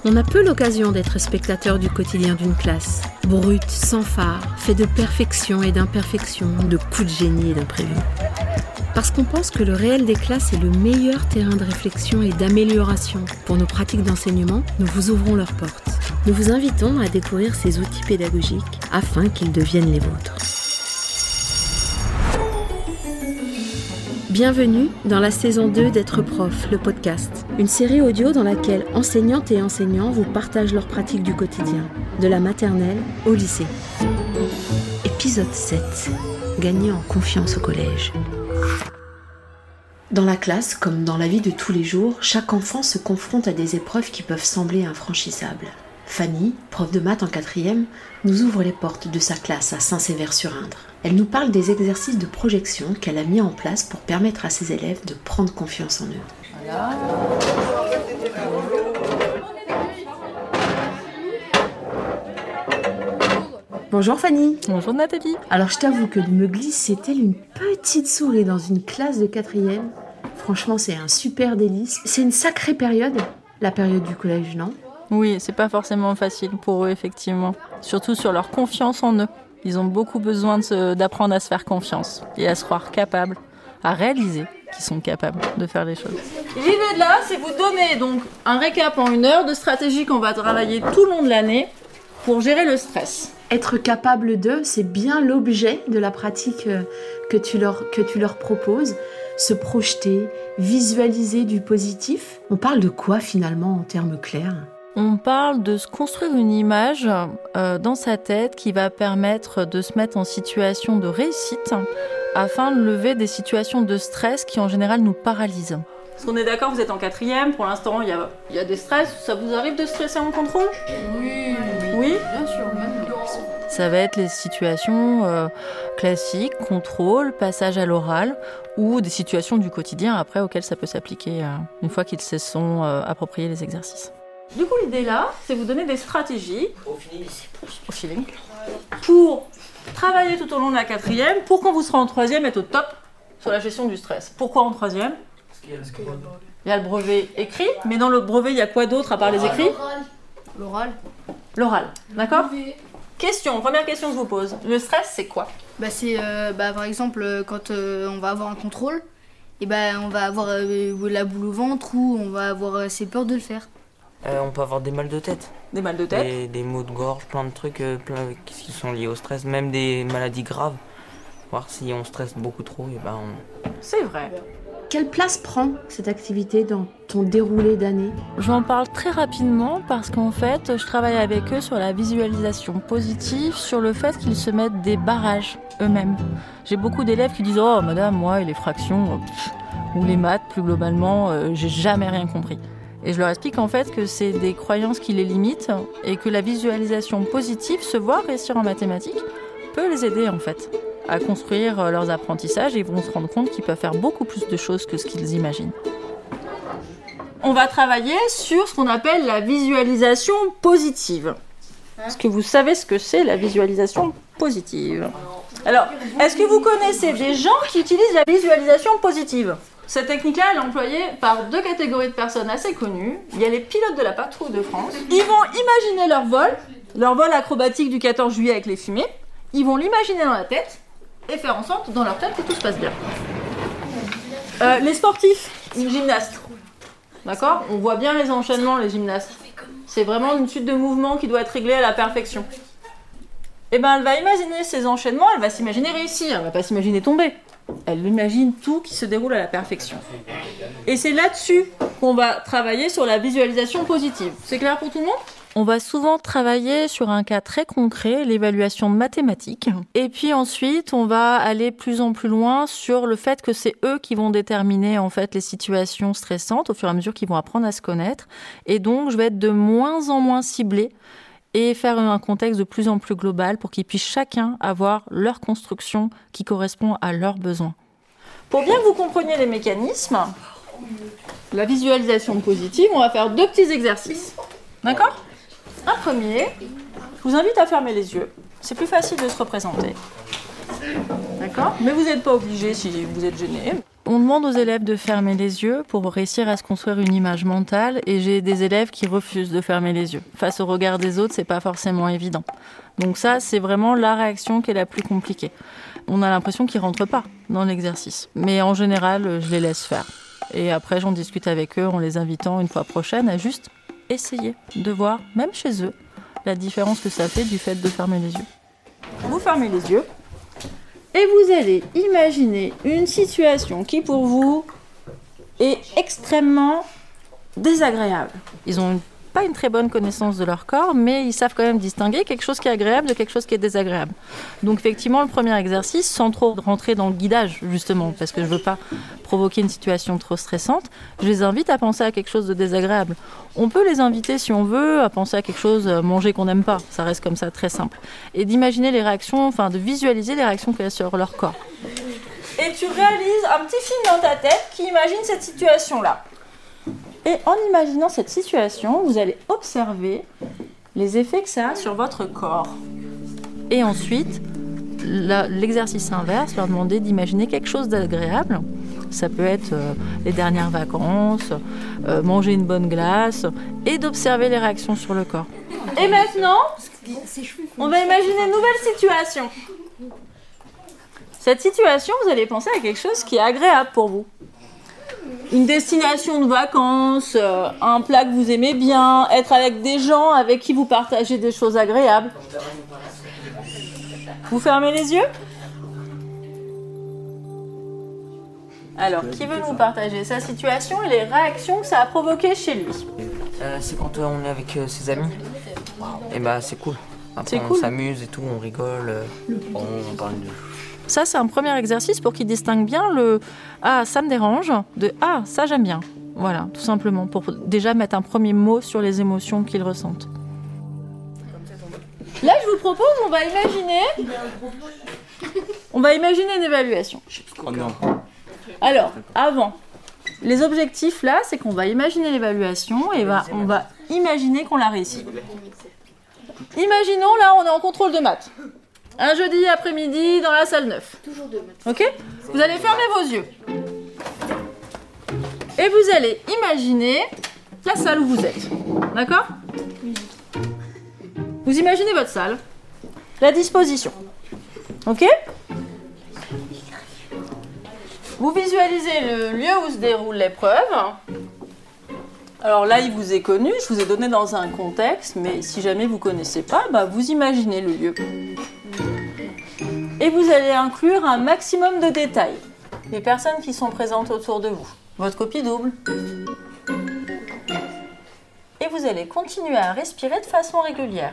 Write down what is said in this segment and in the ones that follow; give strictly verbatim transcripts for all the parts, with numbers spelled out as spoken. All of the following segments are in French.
On a peu l'occasion d'être spectateur du quotidien d'une classe. Brute, sans phare, fait de perfection et d'imperfection, de coups de génie et d'imprévus. Parce qu'on pense que le réel des classes est le meilleur terrain de réflexion et d'amélioration pour nos pratiques d'enseignement, nous vous ouvrons leurs portes. Nous vous invitons à découvrir ces outils pédagogiques afin qu'ils deviennent les vôtres. Bienvenue dans la saison deux d'Être Prof, le podcast. Une série audio dans laquelle enseignantes et enseignants vous partagent leurs pratiques du quotidien, de la maternelle au lycée. Épisode sept. Gagner en confiance au collège. Dans la classe, comme dans la vie de tous les jours, chaque enfant se confronte à des épreuves qui peuvent sembler infranchissables. Fanny, prof de maths en quatrième, nous ouvre les portes de sa classe à Saint-Séver-sur-Indre. Elle nous parle des exercices de projection qu'elle a mis en place pour permettre à ses élèves de prendre confiance en eux. Voilà. Bonjour Fanny. Bonjour Nathalie. Alors je t'avoue que de me glisser telle une petite souris dans une classe de quatrième, franchement c'est un super délice. C'est une sacrée période, la période du collège, non ? Oui, c'est pas forcément facile pour eux, effectivement. Surtout sur leur confiance en eux. Ils ont beaucoup besoin de se, d'apprendre à se faire confiance et à se croire capables, à réaliser qu'ils sont capables de faire les choses. L'idée de là, c'est vous donner donc un récap en une heure de stratégie qu'on va travailler tout le long de l'année pour gérer le stress. Être capable de, c'est bien l'objet de la pratique que tu leur, que tu leur proposes. Se projeter, visualiser du positif. On parle de quoi finalement en termes clairs ? On parle de se construire une image euh, dans sa tête qui va permettre de se mettre en situation de réussite afin de lever des situations de stress qui en général nous paralysent. Parce qu'on est d'accord, vous êtes en quatrième, pour l'instant il y a, y a des stress, ça vous arrive de stresser en contrôle ? Oui, oui, bien sûr, même. Ça va être les situations euh, classiques, contrôle, passage à l'oral, ou des situations du quotidien après auxquelles ça peut s'appliquer euh, une fois qu'ils se sont euh, appropriés les exercices. Du coup, l'idée là, c'est vous donner des stratégies au feeling, au feeling pour travailler tout au long de la quatrième, pour quand vous serez en troisième, être au top sur la gestion du stress. Pourquoi en troisième ? Parce qu'il y a le brevet. Il y a le brevet écrit, mais dans le brevet, il y a quoi d'autre à part les écrits ? L'oral. L'oral, d'accord ? Question, première question que je vous pose. Le stress, c'est quoi ? Bah c'est, euh, bah, par exemple, quand euh, on va avoir un contrôle, et bah, on va avoir euh, la boule au ventre ou on va avoir assez peur de le faire. Euh, on peut avoir des mal de tête. Des mal de tête Des, des maux de gorge, plein de trucs euh, plein, qui sont liés au stress, même des maladies graves. Voir si on stresse beaucoup trop, et ben on... C'est vrai. Quelle place prend cette activité dans ton déroulé d'année ? J'en parle très rapidement parce qu'en fait, je travaille avec eux sur la visualisation positive, sur le fait qu'ils se mettent des barrages eux-mêmes. J'ai beaucoup d'élèves qui disent « Oh madame, moi et les fractions, pff, ou les maths plus globalement, euh, j'ai jamais rien compris ». Et je leur explique en fait que c'est des croyances qui les limitent et que la visualisation positive, se voir réussir en mathématiques, peut les aider en fait à construire leurs apprentissages et ils vont se rendre compte qu'ils peuvent faire beaucoup plus de choses que ce qu'ils imaginent. On va travailler sur ce qu'on appelle la visualisation positive. Est-ce que vous savez ce que c'est la visualisation positive ? Alors, est-ce que vous connaissez des gens qui utilisent la visualisation positive ? Cette technique-là, elle est employée par deux catégories de personnes assez connues. Il y a les pilotes de la patrouille de France. Ils vont imaginer leur vol, leur vol acrobatique du quatorze juillet avec les fumées. Ils vont l'imaginer dans la tête et faire en sorte dans leur tête que tout se passe bien. Euh, les sportifs, une gymnaste. D'accord ? On voit bien les enchaînements, les gymnastes. C'est vraiment une suite de mouvements qui doit être réglée à la perfection. Et ben, elle va imaginer ces enchaînements, elle va s'imaginer réussir, elle va pas s'imaginer tomber. Elle imagine tout qui se déroule à la perfection. Et c'est là-dessus qu'on va travailler sur la visualisation positive. C'est clair pour tout le monde ? On va souvent travailler sur un cas très concret, l'évaluation de mathématiques. Et puis ensuite, on va aller plus en plus loin sur le fait que c'est eux qui vont déterminer en fait les situations stressantes au fur et à mesure qu'ils vont apprendre à se connaître. Et donc, je vais être de moins en moins ciblée et faire un contexte de plus en plus global pour qu'ils puissent chacun avoir leur construction qui correspond à leurs besoins. Pour bien que vous compreniez les mécanismes, la visualisation positive, on va faire deux petits exercices. D'accord ? Un premier, je vous invite à fermer les yeux. C'est plus facile de se représenter. D'accord ? D'accord ? Mais vous n'êtes pas obligé si vous êtes gêné. On demande aux élèves de fermer les yeux pour réussir à se construire une image mentale et j'ai des élèves qui refusent de fermer les yeux. Face au regard des autres, c'est pas forcément évident. Donc ça, c'est vraiment la réaction qui est la plus compliquée. On a l'impression qu'ils rentrent pas dans l'exercice. Mais en général, je les laisse faire. Et après, j'en discute avec eux en les invitant une fois prochaine à juste essayer de voir, même chez eux, la différence que ça fait du fait de fermer les yeux. Vous fermez les yeux. Et vous allez imaginer une situation qui, pour vous, est extrêmement désagréable. Ils n'ont pas une très bonne connaissance de leur corps, mais ils savent quand même distinguer quelque chose qui est agréable de quelque chose qui est désagréable. Donc effectivement, le premier exercice, sans trop rentrer dans le guidage, justement, parce que je ne veux pas provoquer une situation trop stressante, je les invite à penser à quelque chose de désagréable. On peut les inviter, si on veut, à penser à quelque chose, à manger qu'on n'aime pas. Ça reste comme ça, très simple. Et d'imaginer les réactions, enfin de visualiser les réactions qu'il y a sur leur corps. Et tu réalises un petit film dans ta tête qui imagine cette situation-là. Et en imaginant cette situation, vous allez observer les effets que ça a sur votre corps. Et ensuite, la, l'exercice inverse, leur demander d'imaginer quelque chose d'agréable. Ça peut être euh, les dernières vacances, euh, manger une bonne glace, et d'observer les réactions sur le corps. Et maintenant, on va imaginer une nouvelle situation. Cette situation, vous allez penser à quelque chose qui est agréable pour vous. Une destination de vacances, euh, un plat que vous aimez bien, être avec des gens avec qui vous partagez des choses agréables. Vous fermez les yeux ? Alors, qui veut nous partager sa situation et les réactions que ça a provoquées chez lui ? euh, C'est quand euh, on est avec euh, ses amis. Et bah c'est cool. Après, C'est on cool. s'amuse et tout, on rigole. euh, on parle de... Ça, c'est un premier exercice pour qu'il distingue bien le « Ah, ça me dérange » de « Ah, ça, j'aime bien ». Voilà, tout simplement, pour déjà mettre un premier mot sur les émotions qu'ils ressentent. Là, je vous propose, on va imaginer... On va imaginer une évaluation. Oh non. Alors, avant, les objectifs, là, c'est qu'on va imaginer l'évaluation et va, on va imaginer qu'on l'a réussi. Imaginons, là, on est en contrôle de maths. Un jeudi après-midi dans la salle neuf. Ok ? Vous allez fermer vos yeux. Et vous allez imaginer la salle où vous êtes. D'accord ? Vous imaginez votre salle. La disposition. Ok ? Vous visualisez le lieu où se déroule l'épreuve. Alors là, il vous est connu, je vous ai donné dans un contexte, mais si jamais vous ne connaissez pas, bah vous imaginez le lieu. Et vous allez inclure un maximum de détails. Les personnes qui sont présentes autour de vous. Votre copie double. Et vous allez continuer à respirer de façon régulière.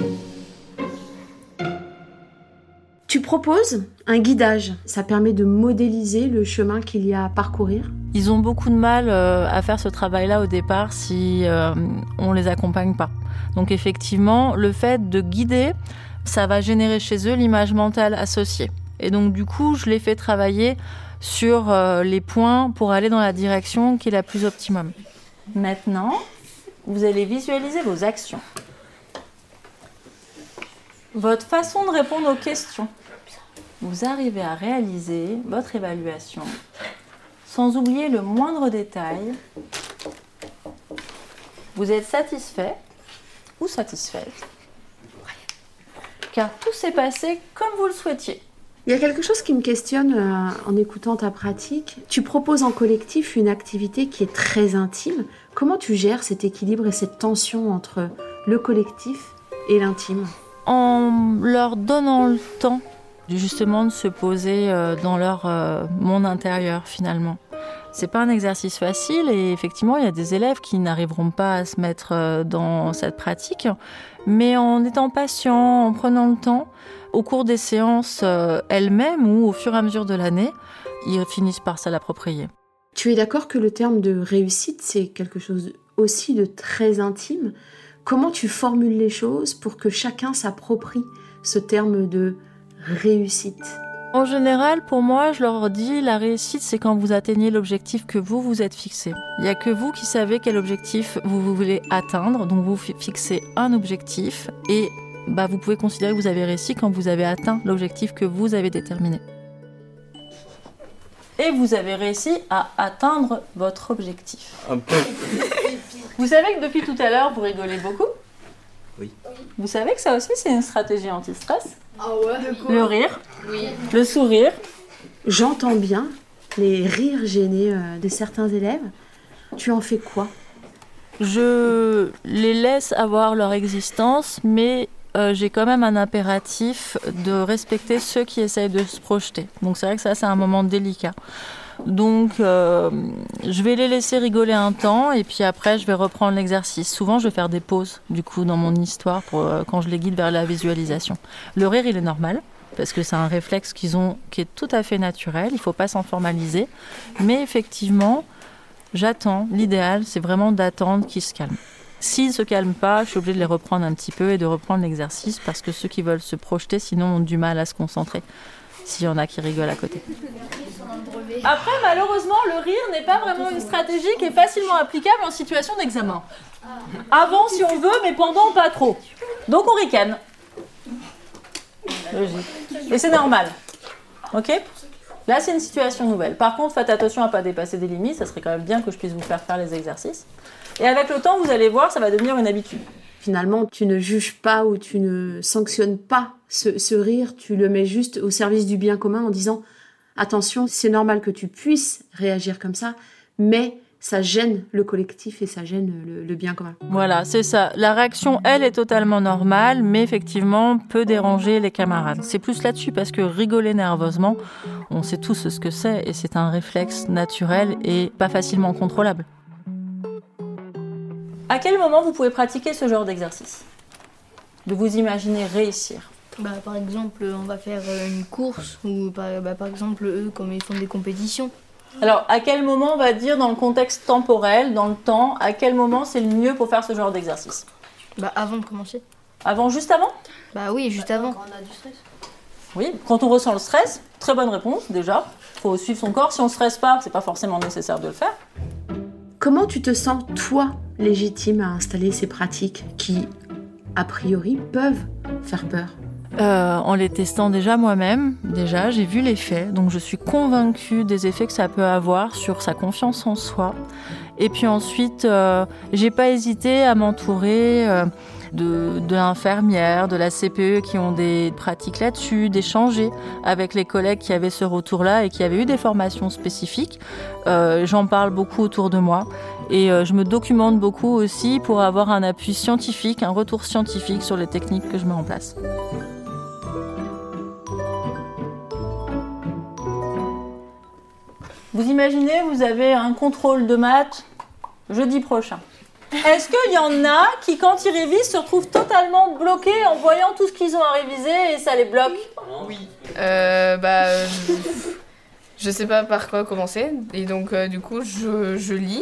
Tu proposes un guidage. Ça permet de modéliser le chemin qu'il y a à parcourir. Ils ont beaucoup de mal euh, à faire ce travail-là au départ si euh, on les accompagne pas. Donc effectivement, le fait de guider, ça va générer chez eux l'image mentale associée. Et donc du coup, je les fais travailler sur euh, les points pour aller dans la direction qui est la plus optimum. Maintenant, vous allez visualiser vos actions. Votre façon de répondre aux questions. Vous arrivez à réaliser votre évaluation sans oublier le moindre détail. Vous êtes satisfait ou satisfaite car tout s'est passé comme vous le souhaitiez. Il y a quelque chose qui me questionne euh, en écoutant ta pratique. Tu proposes en collectif une activité qui est très intime. Comment tu gères cet équilibre et cette tension entre le collectif et l'intime ? En leur donnant le temps justement de se poser euh, dans leur euh, monde intérieur finalement. C'est pas un exercice facile et effectivement il y a des élèves qui n'arriveront pas à se mettre euh, dans cette pratique, mais en étant patient, en prenant le temps, au cours des séances euh, elles-mêmes ou au fur et à mesure de l'année, ils finissent par se l'approprier. Tu es d'accord que le terme de réussite, c'est quelque chose aussi de très intime ? Comment tu formules les choses pour que chacun s'approprie ce terme de réussite ? En général, pour moi, je leur dis la réussite, c'est quand vous atteignez l'objectif que vous vous êtes fixé. Il n'y a que vous qui savez quel objectif vous, vous voulez atteindre, donc vous fixez un objectif et bah, vous pouvez considérer que vous avez réussi quand vous avez atteint l'objectif que vous avez déterminé. et vous avez réussi à atteindre votre objectif. Un peu. Vous savez que depuis tout à l'heure, vous rigolez beaucoup ? Oui. Vous savez que ça aussi, c'est une stratégie anti-stress ? Ah ouais. Le rire, Oui. le sourire. J'entends bien les rires gênés euh, de certains élèves. Tu en fais quoi ? Je les laisse avoir leur existence, mais euh, j'ai quand même un impératif de respecter ceux qui essayent de se projeter. Donc c'est vrai que ça, c'est un moment délicat. Donc euh, je vais les laisser rigoler un temps et puis après je vais reprendre l'exercice. Souvent je vais faire des pauses du coup dans mon histoire pour, euh, quand je les guide vers la visualisation. Le rire il est normal parce que c'est un réflexe qu'ils ont qui est tout à fait naturel, il ne faut pas s'en formaliser. Mais effectivement, j'attends, l'idéal c'est vraiment d'attendre qu'ils se calment. S'ils ne se calment pas, je suis obligée de les reprendre un petit peu et de reprendre l'exercice parce que ceux qui veulent se projeter sinon ont du mal à se concentrer. S'il y en a qui rigolent à côté. Après, malheureusement, le rire n'est pas vraiment une stratégie qui est facilement applicable en situation d'examen. Avant, si on veut, mais pendant, pas trop. Donc, on ricane. Logique. Et c'est normal. Ok ? Là, c'est une situation nouvelle. Par contre, faites attention à ne pas dépasser des limites. Ça serait quand même bien que je puisse vous faire faire les exercices. Et avec le temps, vous allez voir, ça va devenir une habitude. Finalement, tu ne juges pas ou tu ne sanctionnes pas ce, ce rire, tu le mets juste au service du bien commun en disant « Attention, c'est normal que tu puisses réagir comme ça, mais ça gêne le collectif et ça gêne le, le bien commun. » Voilà, c'est ça. La réaction, elle, est totalement normale, mais effectivement, peut déranger les camarades. C'est plus là-dessus parce que rigoler nerveusement, on sait tous ce que c'est et c'est un réflexe naturel et pas facilement contrôlable. À quel moment vous pouvez pratiquer ce genre d'exercice ? De vous imaginer réussir ? Bah, par exemple, on va faire une course ou par, bah, par exemple, eux, comme ils font des compétitions. Alors, à quel moment, on va dire, dans le contexte temporel, dans le temps, à quel moment c'est le mieux pour faire ce genre d'exercice ? Bah, avant de commencer. Avant, juste avant ? Bah oui, juste avant. Quand on a du stress. Oui, quand on ressent le stress, très bonne réponse déjà. Il faut suivre son corps. Si on ne stresse pas, c'est pas forcément nécessaire de le faire. Comment tu te sens, toi, légitime à installer ces pratiques qui, a priori, peuvent faire peur ? Euh, en les testant déjà moi-même, déjà, j'ai vu l'effet. Donc, je suis convaincue des effets que ça peut avoir sur sa confiance en soi. Et puis ensuite, euh, j'ai pas hésité à m'entourer euh, de, de l'infirmière, de la C P E qui ont des pratiques là-dessus, d'échanger avec les collègues qui avaient ce retour-là et qui avaient eu des formations spécifiques. Euh, j'en parle beaucoup autour de moi. Et euh, je me documente beaucoup aussi pour avoir un appui scientifique, un retour scientifique sur les techniques que je mets en place. Vous imaginez, vous avez un contrôle de maths jeudi prochain. Est-ce qu'il y en a qui, quand ils révisent, se retrouvent totalement bloqués en voyant tout ce qu'ils ont à réviser et ça les bloque ? Oui. Euh, bah, je, je sais pas par quoi commencer et donc euh, du coup je, je lis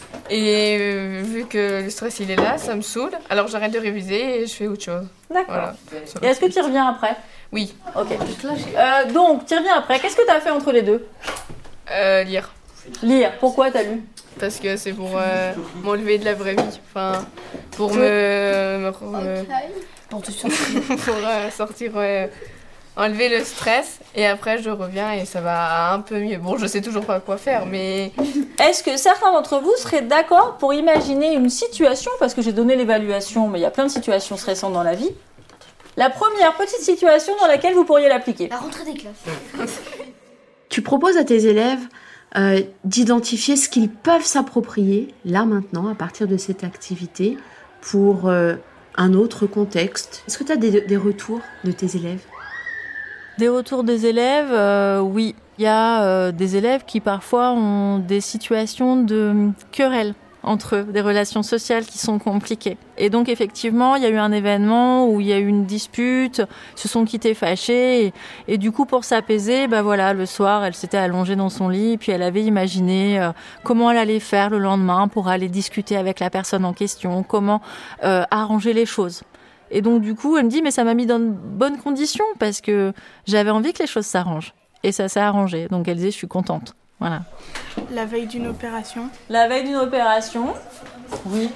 et euh, vu que le stress il est là, ça me saoule. Alors j'arrête de réviser et je fais autre chose. D'accord. Voilà. Et est-ce que tu reviens après ? Oui. Ok. Euh, donc, tu reviens après. Qu'est-ce que tu as fait entre les deux ? Euh, lire. Lire. Pourquoi t'as lu ? Parce que c'est pour euh, m'enlever de la vraie vie. Enfin, pour me, me, me Pour te sortir. pour euh, sortir, ouais, enlever le stress et après je reviens et ça va un peu mieux. Bon, je sais toujours pas quoi faire, mais Est-ce que certains d'entre vous seraient d'accord pour imaginer une situation, parce que j'ai donné l'évaluation, mais il y a plein de situations stressantes dans la vie. La première petite situation dans laquelle vous pourriez l'appliquer. La rentrée des classes. Tu proposes à tes élèves euh, d'identifier ce qu'ils peuvent s'approprier, là maintenant, à partir de cette activité, pour euh, un autre contexte. Est-ce que tu as des, des retours de tes élèves ? Des retours des élèves, euh, oui. Il y a euh, des élèves qui parfois ont des situations de querelle entre eux, des relations sociales qui sont compliquées. Et donc effectivement, il y a eu un événement où il y a eu une dispute, ils se sont quittés fâchés, et, et du coup pour s'apaiser, bah voilà, le soir, elle s'était allongée dans son lit, puis elle avait imaginé euh, comment elle allait faire le lendemain pour aller discuter avec la personne en question, comment euh, arranger les choses. Et donc du coup, elle me dit, mais ça m'a mis dans de bonnes conditions, parce que j'avais envie que les choses s'arrangent. Et ça s'est arrangé, donc elle disait, je suis contente. Voilà. La veille d'une opération. La veille d'une opération, oui,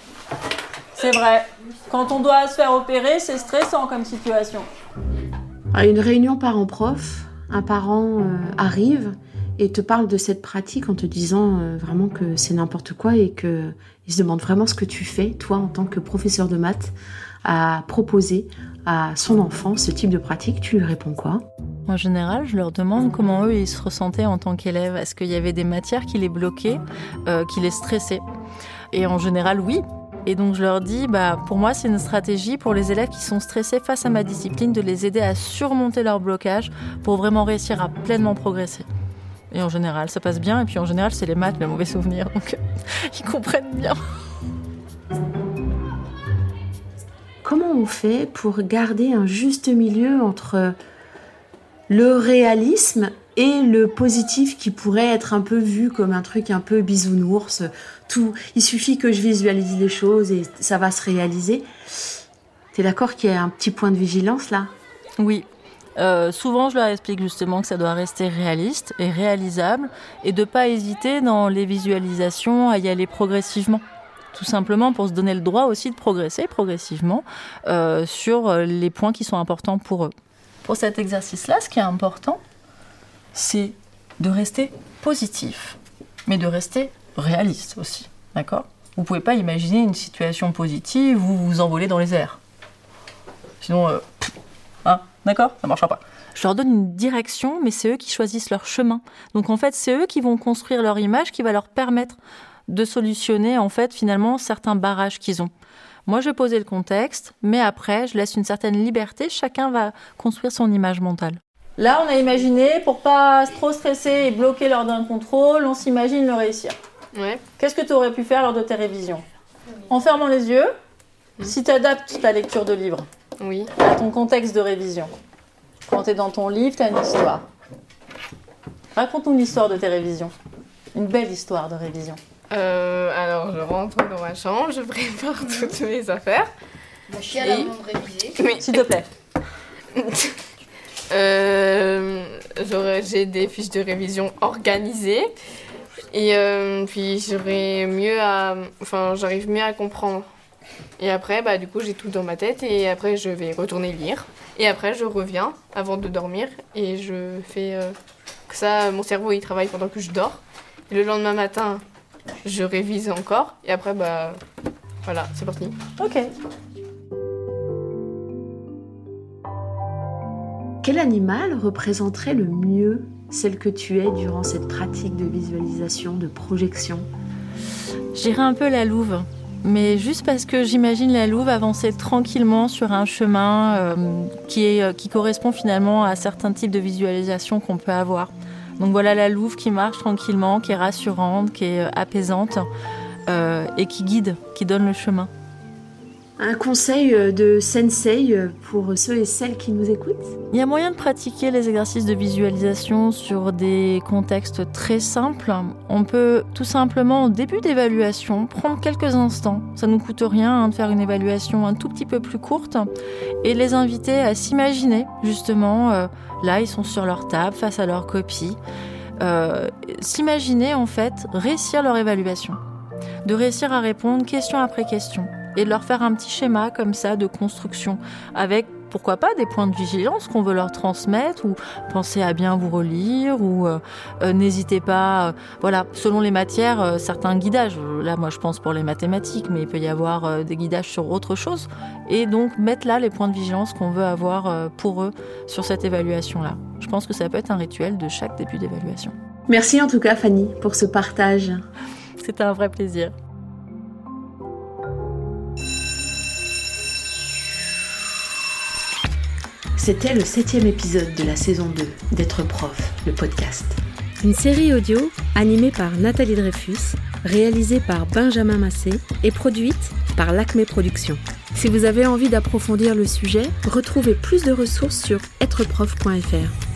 c'est vrai. Quand on doit se faire opérer, c'est stressant comme situation. À une réunion parents-prof, un parent euh, arrive et te parle de cette pratique en te disant euh, vraiment que c'est n'importe quoi et qu'il se demande vraiment ce que tu fais, toi, en tant que professeur de maths, à proposer à son enfant ce type de pratique, tu lui réponds quoi ? En général, je leur demande comment eux, ils se ressentaient en tant qu'élèves. Est-ce qu'il y avait des matières qui les bloquaient, euh, qui les stressaient ? Et en général, oui. Et donc, je leur dis, bah, pour moi, c'est une stratégie pour les élèves qui sont stressés face à ma discipline, de les aider à surmonter leur blocage pour vraiment réussir à pleinement progresser. Et en général, ça passe bien. Et puis, en général, c'est les maths, les mauvais souvenirs. Donc, ils comprennent bien. Comment on fait pour garder un juste milieu entre le réalisme et le positif qui pourrait être un peu vu comme un truc un peu bisounours, tout, il suffit que je visualise les choses et ça va se réaliser. T'es d'accord qu'il y a un petit point de vigilance là ? Oui. Euh, souvent, je leur explique justement que ça doit rester réaliste et réalisable et de ne pas hésiter dans les visualisations à y aller progressivement. Tout simplement pour se donner le droit aussi de progresser progressivement euh, sur les points qui sont importants pour eux. Pour cet exercice-là, ce qui est important, c'est de rester positif, mais de rester réaliste aussi, d'accord ? Vous ne pouvez pas imaginer une situation positive où vous vous envolez dans les airs. Sinon, euh, hein, d'accord ? Ça ne marchera pas. Je leur donne une direction, mais c'est eux qui choisissent leur chemin. Donc en fait, c'est eux qui vont construire leur image qui va leur permettre de solutionner en fait finalement certains barrages qu'ils ont. Moi, je vais poser le contexte, mais après, je laisse une certaine liberté. Chacun va construire son image mentale. Là, on a imaginé, pour pas trop stresser et bloquer lors d'un contrôle, on s'imagine le réussir. Ouais. Qu'est-ce que tu aurais pu faire lors de tes révisions ? En fermant les yeux, mmh. si tu adaptes ta lecture de livre oui. à ton contexte de révision. Quand tu es dans ton livre, tu as une histoire. Raconte-nous une histoire de tes révisions. Une belle histoire de révision. Euh, alors, je rentre dans ma chambre, je prépare toutes mes affaires. Je suis à la main de réviser. Oui. S'il te plaît. euh, j'aurais, j'ai des fiches de révision organisées. Et euh, puis, j'aurais mieux à... Enfin, j'arrive mieux à comprendre. Et après, bah, du coup, j'ai tout dans ma tête. Et après, je vais retourner lire. Et après, je reviens avant de dormir. Et je fais... Euh, que ça, mon cerveau, il travaille pendant que je dors. Et le lendemain matin... Je révise encore et après, bah, voilà, c'est parti. Ok. Quel animal représenterait le mieux celle que tu es durant cette pratique de visualisation, de projection ? Je dirais un peu la louve, mais juste parce que j'imagine la louve avancer tranquillement sur un chemin euh, qui, est, qui correspond finalement à certains types de visualisation qu'on peut avoir. Donc voilà la louve qui marche tranquillement, qui est rassurante, qui est apaisante euh, et qui guide, qui donne le chemin. Un conseil de sensei pour ceux et celles qui nous écoutent ? Il y a moyen de pratiquer les exercices de visualisation sur des contextes très simples. On peut tout simplement, au début d'évaluation, prendre quelques instants. Ça ne nous coûte rien hein, de faire une évaluation un tout petit peu plus courte et les inviter à s'imaginer justement... Euh, Là, ils sont sur leur table, face à leur copie. Euh, s'imaginer, en fait, réussir leur évaluation. De réussir à répondre question après question. Et de leur faire un petit schéma comme ça de construction. Avec, pourquoi pas, des points de vigilance qu'on veut leur transmettre. Ou pensez à bien vous relire. Ou euh, euh, n'hésitez pas... Euh, voilà, selon les matières, euh, certains guidages. Là, moi, je pense pour les mathématiques. Mais il peut y avoir euh, des guidages sur autre chose. Et donc, mettre là les points de vigilance qu'on veut avoir euh, pour eux sur cette évaluation-là. Je pense que ça peut être un rituel de chaque début d'évaluation. Merci en tout cas, Fanny, pour ce partage. C'était un vrai plaisir. C'était le septième épisode de la saison deux d'Être prof, le podcast. Une série audio animée par Nathalie Dreyfus, réalisée par Benjamin Massé et produite par l'Acmé Productions. Si vous avez envie d'approfondir le sujet, retrouvez plus de ressources sur être prof point f r.